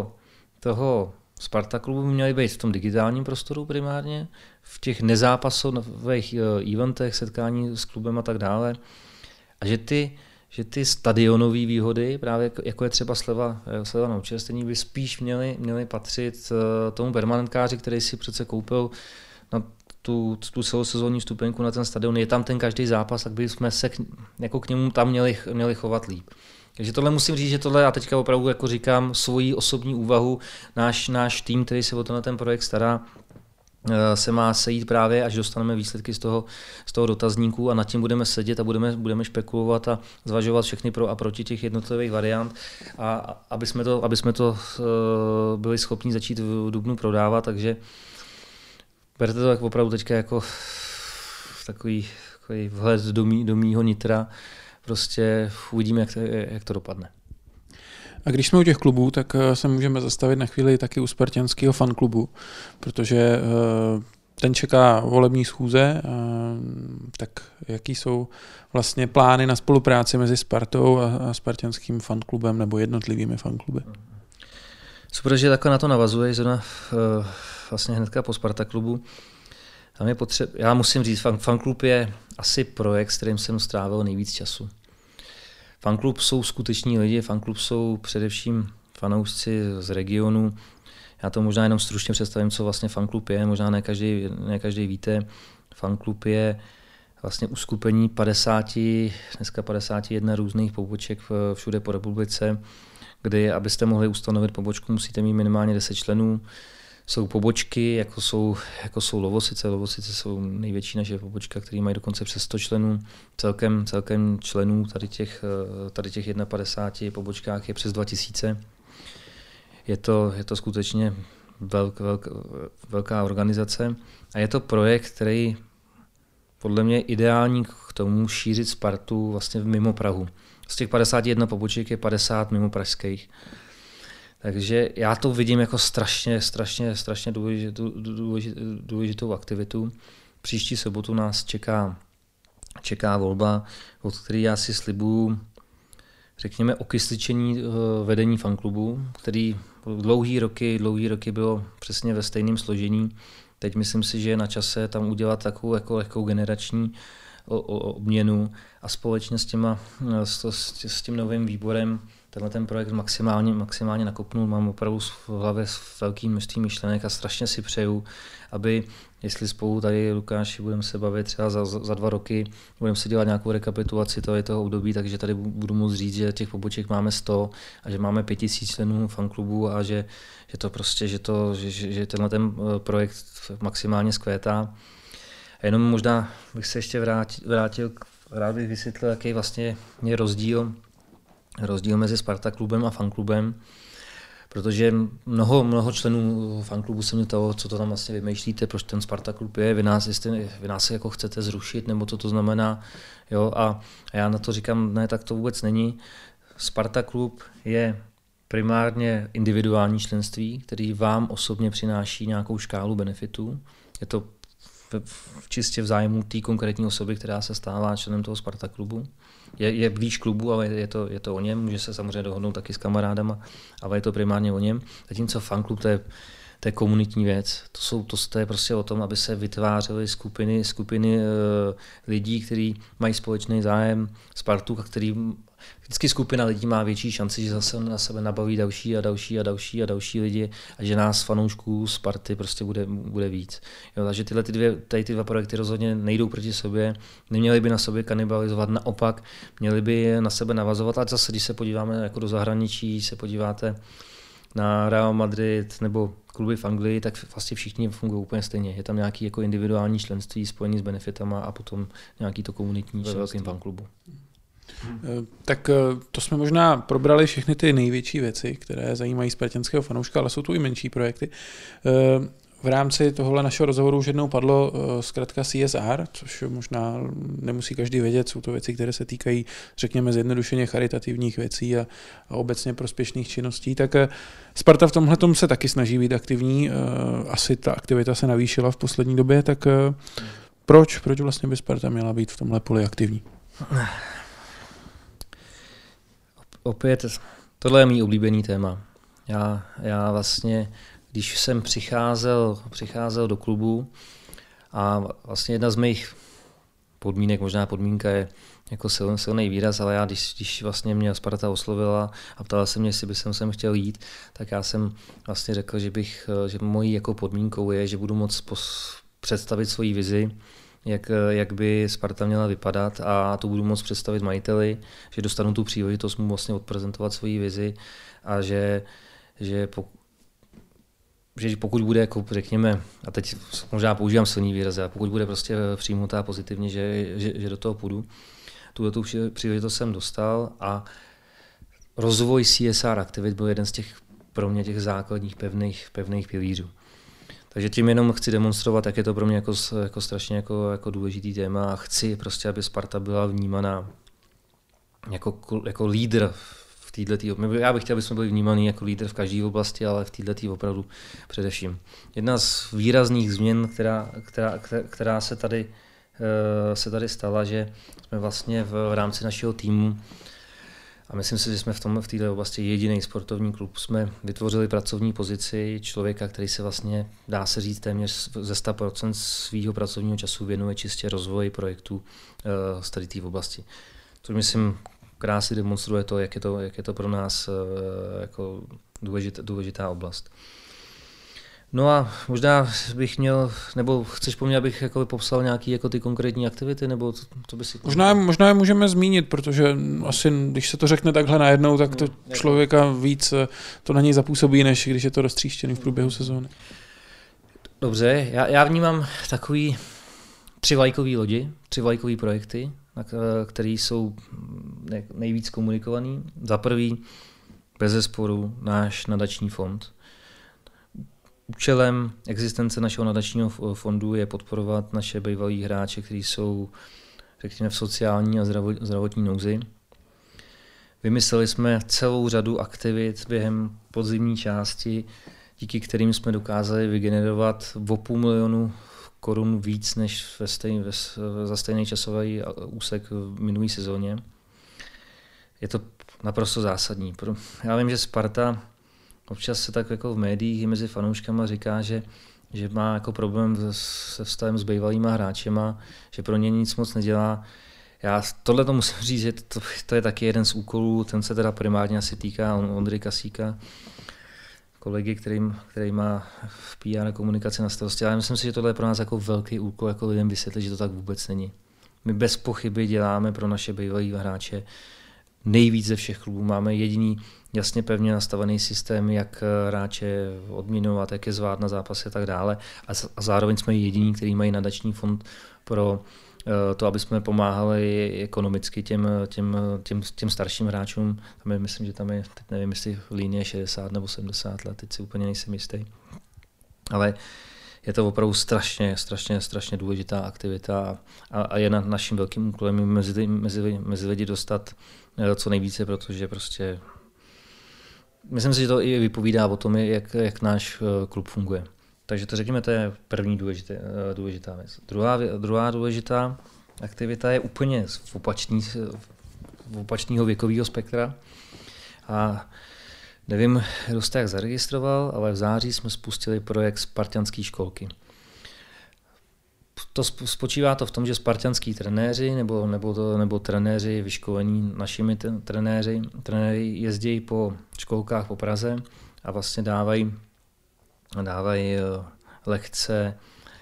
toho Sparta klubu by měly být v tom digitálním prostoru primárně, v těch nezápasových eventech, setkání s klubem a tak dále. A že ty stadionové výhody, právě jako je třeba sleva na občerstvení, by spíš měly patřit tomu permanentkáři, který si přece koupil na tu celosezónní vstupenku na ten stadion, je tam ten každý zápas, tak bychom se k němu tam měli chovat líp. Takže tohle musím říct, že tohle já teďka opravdu jako říkám svoji osobní úvahu, náš tým, který se o ten projekt stará, se má sejít právě, až dostaneme výsledky z toho dotazníku a nad tím budeme sedět a budeme špekulovat a zvažovat všechny pro a proti těch jednotlivých variant, a aby jsme to byli schopni začít v dubnu prodávat, takže berte to tak opravdu teďka jako takový vhled do mýho nitra, prostě uvidíme, jak to dopadne. A když jsme u těch klubů, tak se můžeme zastavit na chvíli taky u spartanského fanklubu, protože ten čeká volební schůze, tak jaký jsou vlastně plány na spolupráci mezi Spartou a spartanským fanklubem nebo jednotlivými fankluby? Super, že takhle na to navazuje, zrovna vlastně hnedka po Sparta klubu. Tam je já musím říct, fanklub je asi projekt, s kterým jsem strávil nejvíc času. Fanklub jsou skuteční lidi, fanklub jsou především fanoušci z regionu. Já to možná jenom stručně představím, co vlastně fanklub je, možná ne každý víte. Fanklub je vlastně uskupení dneska 51 různých poboček všude po republice, kdy, abyste mohli ustanovit pobočku, musíte mít minimálně 10 členů. Jsou pobočky, jako jsou Lovosice. Lovosice jsou největší naše pobočka, které mají dokonce přes 100 členů. Celkem členů tady těch 51 pobočkách je přes 2000. Je to skutečně velká organizace a je to projekt, který podle mě je ideální k tomu šířit Spartu vlastně mimo Prahu. Z těch 51 poboček je 50 mimo pražských. Takže já to vidím jako strašně důležitou aktivitu. Příští sobotu nás čeká volba, od které já si slibuju, řekněme, okysličení vedení fanklubu, který dlouhý roky bylo přesně ve stejném složení. Teď myslím si, že je na čase tam udělat takovou jako lehkou generační obměnu a společně s tím novým výborem ten projekt maximálně nakopnul. Mám opravdu v hlavě velký množství myšlenek a strašně si přeju, aby, jestli spolu tady, Lukáši, budeme se bavit třeba za 2 roky, budeme si dělat nějakou rekapitulaci toho období, takže tady budu moct říct, že těch poboček máme 100 a že máme 5000 členů fanklubu a že tenhle ten projekt maximálně zkvétá. A jenom možná bych se ještě vrátil, rád bych vysvětlil, jaký vlastně je rozdíl mezi Sparta klubem a fanklubem. protože mnoho členů fanklubu se mě ptalo, co to tam vlastně vymýšlíte, proč ten Sparta klub je, vy nás jako chcete zrušit, nebo co to znamená. Jo? A já na to říkám, ne, tak to vůbec není. Sparta klub je primárně individuální členství, který vám osobně přináší nějakou škálu benefitů. Je to čistě v zájmu té konkrétní osoby, která se stává členem toho Sparta klubu. Je blíž klubu, ale je to o něm, může se samozřejmě dohodnout taky s kamarádama, ale je to primárně o něm. Zatímco fanklub to je komunitní věc. To je prostě o tom, aby se vytvářely skupiny lidí, kteří mají společný zájem, Spartu, vždycky skupina lidí má větší šanci, že zase na sebe nabaví další lidi a že nás fanoušků Sparty prostě bude víc. Jo, takže ty dva projekty rozhodně nejdou proti sobě, neměly by na sobě kanibalizovat, naopak měly by na sebe navazovat, ale zase, když se podíváme jako do zahraničí, se podíváte na Real Madrid nebo kluby v Anglii, tak vlastně všichni fungují úplně stejně. Je tam nějaký jako individuální členství spojený s benefitama a potom nějaký to komunitní členství fanklubu. Tak to jsme možná probrali všechny ty největší věci, které zajímají spartanského fanouška, ale jsou tu i menší projekty. V rámci tohohle našeho rozhovoru už jednou padlo zkrátka CSR, což možná nemusí každý vědět, jsou to věci, které se týkají, řekněme, zjednodušeně charitativních věcí a obecně prospěšných činností. Tak Sparta v tomhletom se taky snaží být aktivní, asi ta aktivita se navýšila v poslední době, tak proč vlastně by Sparta měla být v tomhle poli aktivní? Opět, tohle je mý oblíbený téma. Já vlastně, když jsem přicházel do klubu a vlastně jedna z mých podmínek, možná podmínka je jako silný výraz, ale já když vlastně mě Sparta oslovila a ptala se mě, jestli bych sem chtěl jít, tak já jsem vlastně řekl, že mojí jako podmínkou je, že budu moct představit svoji vizi, jak by Sparta měla vypadat a to budu moct představit majiteli, že dostanu tu příležitost mu vlastně odprezentovat svoji vizi a že pokud bude, jako řekněme, a teď možná používám silný výraz, a pokud bude prostě přijmutá pozitivně, že do toho půjdu, tu příležitost jsem dostal a rozvoj CSR aktivit byl jeden z těch pro mě těch základních pevných pilířů. Takže tím jenom chci demonstrovat, jak je to pro mě jako strašně jako důležitý téma a chci prostě, aby Sparta byla vnímaná jako lídr v této. Já bych chtěl, aby jsme byli vnímaný jako lídr v každé oblasti, ale v této opravdu především. Jedna z výrazných změn, která se tady stala, že jsme vlastně v rámci našeho týmu, a myslím si, že jsme v této oblasti jediný sportovní klub, jsme vytvořili pracovní pozici člověka, který se vlastně, dá se říct, téměř ze 100% svého pracovního času věnuje čistě rozvoji projektů z té oblasti. Což myslím krásně demonstruje to, jak je to pro nás jako důležitá oblast. No a možná bych měl, nebo chceš po mně, abych jako popsal nějaké jako ty konkrétní aktivity, nebo co by si... Možná je můžeme zmínit, protože asi, když se to řekne takhle najednou, tak to člověka víc to na něj zapůsobí, než když je to roztříštěný v průběhu sezóny. Dobře, já vnímám takový 3 vlajkové lodi, 3 vlajkové projekty, které jsou nejvíc komunikovaný. Za prvý, bezesporu, náš nadační fond. Účelem existence našeho nadačního fondu je podporovat naše bývalí hráče, kteří jsou, řekněme, v sociální a zdravotní nouzi. Vymysleli jsme celou řadu aktivit během podzimní části, díky kterým jsme dokázali vygenerovat o 500 000 korun víc než za stejný časový úsek v minulé sezóně. Je to naprosto zásadní. Já vím, že Sparta občas se tak jako v médiích i mezi fanouškama říká, že má jako problém se vztahem s bývalýma hráčema, že pro ně nic moc nedělá. Já tohle to musím říct, že to je taky jeden z úkolů, ten se teda primárně asi týká Ondry Kasíka, kolegy, který má v PR komunikaci na starosti, ale myslím si, že tohle je pro nás jako velký úkol, jako lidem vysvětlit, že to tak vůbec není. My bez pochyby děláme pro naše bývalý hráče nejvíc ze všech klubů. Máme jediný jasně pevně nastavený systém, jak hráče odměňovat, jak je zvát na zápasy a tak dále. A zároveň jsme jediní, kteří mají nadační fond pro to, aby jsme pomáhali ekonomicky těm starším hráčům. Myslím, že tam je, teď nevím, jestli linie 60 nebo 70 let, teď si úplně nejsem jistý. Ale je to opravdu strašně důležitá aktivita a je naším velkým úkolem mezi lidi dostat co nejvíce, protože prostě myslím si, že to i vypovídá o tom, jak náš klub funguje. Takže to řekněme, to je první důležitá věc. Druhá důležitá aktivita je úplně z opačného věkového spektra. A nevím, kdo jste jak zaregistroval, ale v září jsme spustili projekt Spartanské školky. Spočívá to v tom, že spartanský trenéři nebo trenéři vyškolení našimi trenéři jezdí po školkách po Praze a vlastně dávají lekce,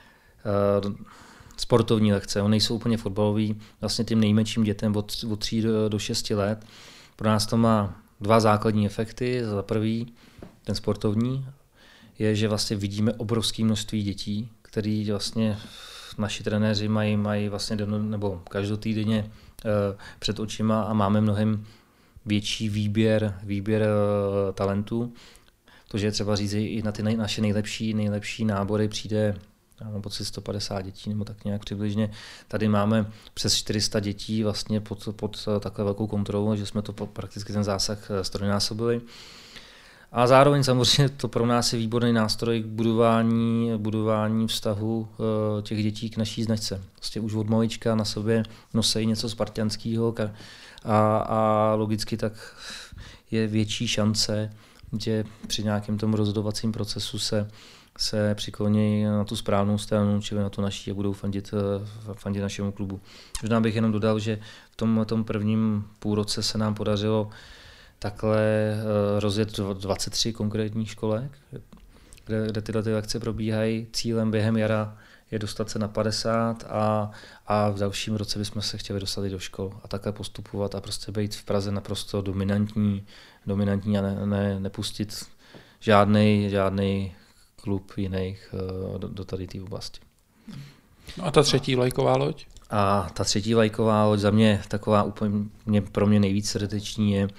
sportovní lekce. Oni nejsou úplně fotbaloví, vlastně těm nejmenším dětem od 3 do 6 let. Pro nás to má 2 základní efekty. Za prvý, ten sportovní, je, že vlastně vidíme obrovské množství dětí, který vlastně naši trenéři mají vlastně nebo každotýdenně před očima a máme mnohem větší výběr talentů. To, že je třeba říct, i na ty naše nejlepší nábory přijde, já mám pocit 150 dětí nebo tak nějak přibližně. Tady máme přes 400 dětí vlastně pod takhle velkou kontrolou, že jsme to prakticky ten zásah strojnásobili. A zároveň samozřejmě to pro nás je výborný nástroj k budování vztahu těch dětí k naší značce. Vlastně už od malička na sobě nosí něco spartanského a logicky tak je větší šance, že při nějakém tom rozhodovacím procesu se přikloní na tu správnou stranu, čili na tu naší a budou fandit našemu klubu. Možná bych jenom dodal, že v tom prvním půlroce se nám podařilo takhle rozjet 23 konkrétních školek, kde tyhle lekce probíhají. Cílem během jara je dostat se na 50 a v dalším roce bychom se chtěli dostat i do škol a takhle postupovat a prostě být v Praze naprosto dominantní a nepustit žádný klub jiných do tady té oblasti. No a ta třetí vlajková loď? A ta třetí vlajková loď za mě taková úplně pro mě nejvíc srdeční je,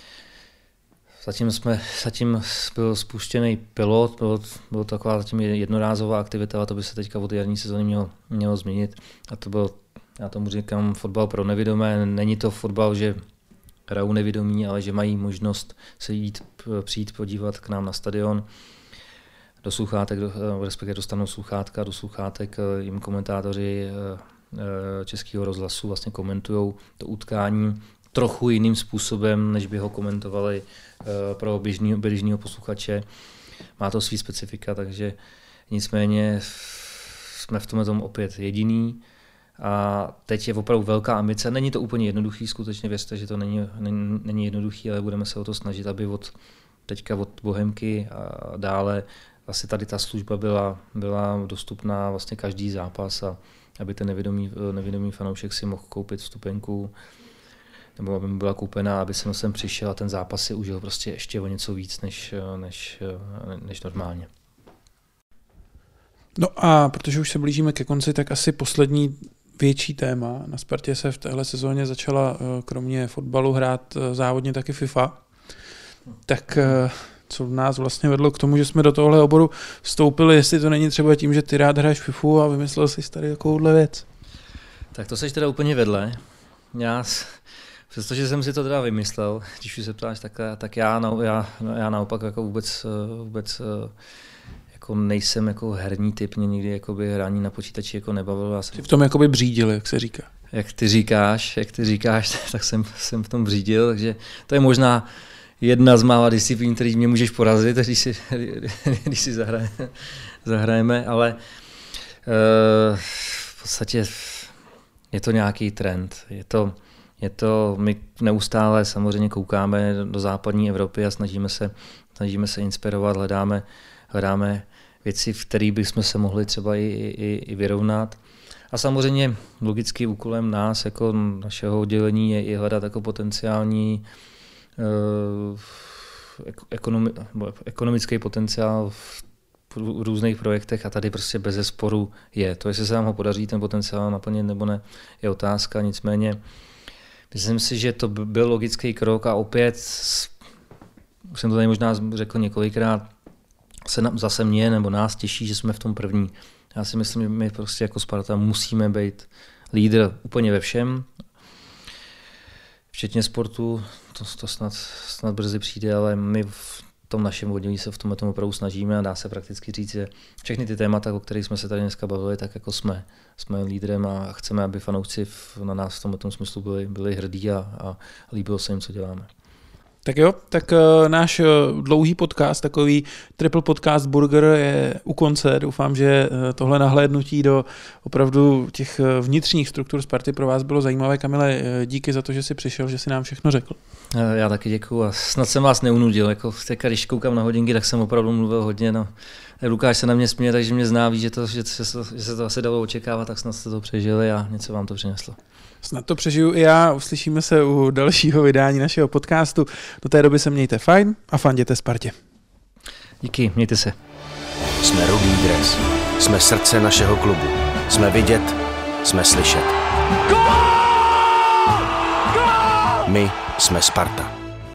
zatím byl spuštěný pilot, byl taková zatím jednorázová aktivita, ale to by se teďka od jarní sezóny mělo změnit. A to byl, já tomu říkám, fotbal pro nevidomé. Není to fotbal, že hrajou nevidomí, ale že mají možnost se přijít podívat k nám na stadion. Do sluchátek, respektive dostanou sluchátka, do sluchátek jim komentátoři Českého rozhlasu vlastně komentujou to utkání trochu jiným způsobem, než by ho komentovali pro běžného posluchače. Má to svý specifika, takže nicméně jsme v tomhle opět jediný. A teď je opravdu velká ambice. Není to úplně jednoduchý, skutečně věřte, že to není jednoduchý, ale budeme se o to snažit, aby teďka od Bohemky a dále vlastně tady ta služba byla dostupná vlastně každý zápas a aby ten nevědomý fanoušek si mohl koupit vstupenku, nebo aby mu byla koupená, aby jsem sem přišel a ten zápas si užil prostě ještě o něco víc než normálně. No a protože už se blížíme ke konci, tak asi poslední větší téma. Na Spartě se v téhle sezóně začala kromě fotbalu hrát závodně taky FIFA. Tak co nás vlastně vedlo k tomu, že jsme do tohohle oboru vstoupili, jestli to není třeba tím, že ty rád hraješ FIFU a vymyslel jsi tady takovouhle věc? Tak to seš teda úplně vedle. Přestože jsem si to teda vymyslel, když už se ptáš, tak já naopak jako vůbec jako nejsem jako herní typ, mě nikdy jakoby hraní na počítači jako nebavilo. Jsi v tom jakoby břídil, jak se říká. Jak ty říkáš, tak jsem v tom břídil, takže to je možná jedna z mála disciplín, který mě můžeš porazit, když si zahrajeme, ale v podstatě je to nějaký trend. My neustále samozřejmě koukáme do západní Evropy a snažíme se inspirovat, hledáme věci, v kterých bychom se mohli třeba i vyrovnat. A samozřejmě logicky úkolem nás, jako našeho oddělení, je i hledat jako potenciální ekonomický potenciál v různých projektech a tady prostě bez zesporu je. To, jestli se nám ho podaří ten potenciál naplnit nebo ne, je otázka. Nicméně myslím si, že to byl logický krok a opět, už jsem to tady možná řekl několikrát, zase mě nebo nás těší, že jsme v tom první. Já si myslím, že my prostě jako Sparta musíme být lídr úplně ve všem, včetně sportu, to snad brzy přijde, ale my v tom našem oddělení se v tomhle tomu opravdu snažíme a dá se prakticky říct, že všechny ty témata, o kterých jsme se tady dneska bavili, tak jako jsme lídrem a chceme, aby fanoušci na nás v tomhle smyslu byli hrdí a líbilo se jim, co děláme. Tak jo, tak náš dlouhý podcast, takový triple podcast Burger je u konce. Doufám, že tohle nahlédnutí do opravdu těch vnitřních struktur Sparty pro vás bylo zajímavé. Kamile, díky za to, že jsi přišel, že jsi nám všechno řekl. Já taky děkuju a snad jsem vás neunudil. Jako teďka, když koukám na hodinky, tak jsem opravdu mluvil hodně. No. Lukáš se na mě směje, takže mě zná, ví, že se to asi dalo očekávat, tak snad jste to přežili a něco vám to přineslo. Snad to přežiju i já, uslyšíme se u dalšího vydání našeho podcastu. Do té doby se mějte fajn a fanděte Spartě. Díky, mějte se. Jsme Rudý dres, jsme srdce našeho klubu, jsme vidět, jsme slyšet. My jsme Sparta.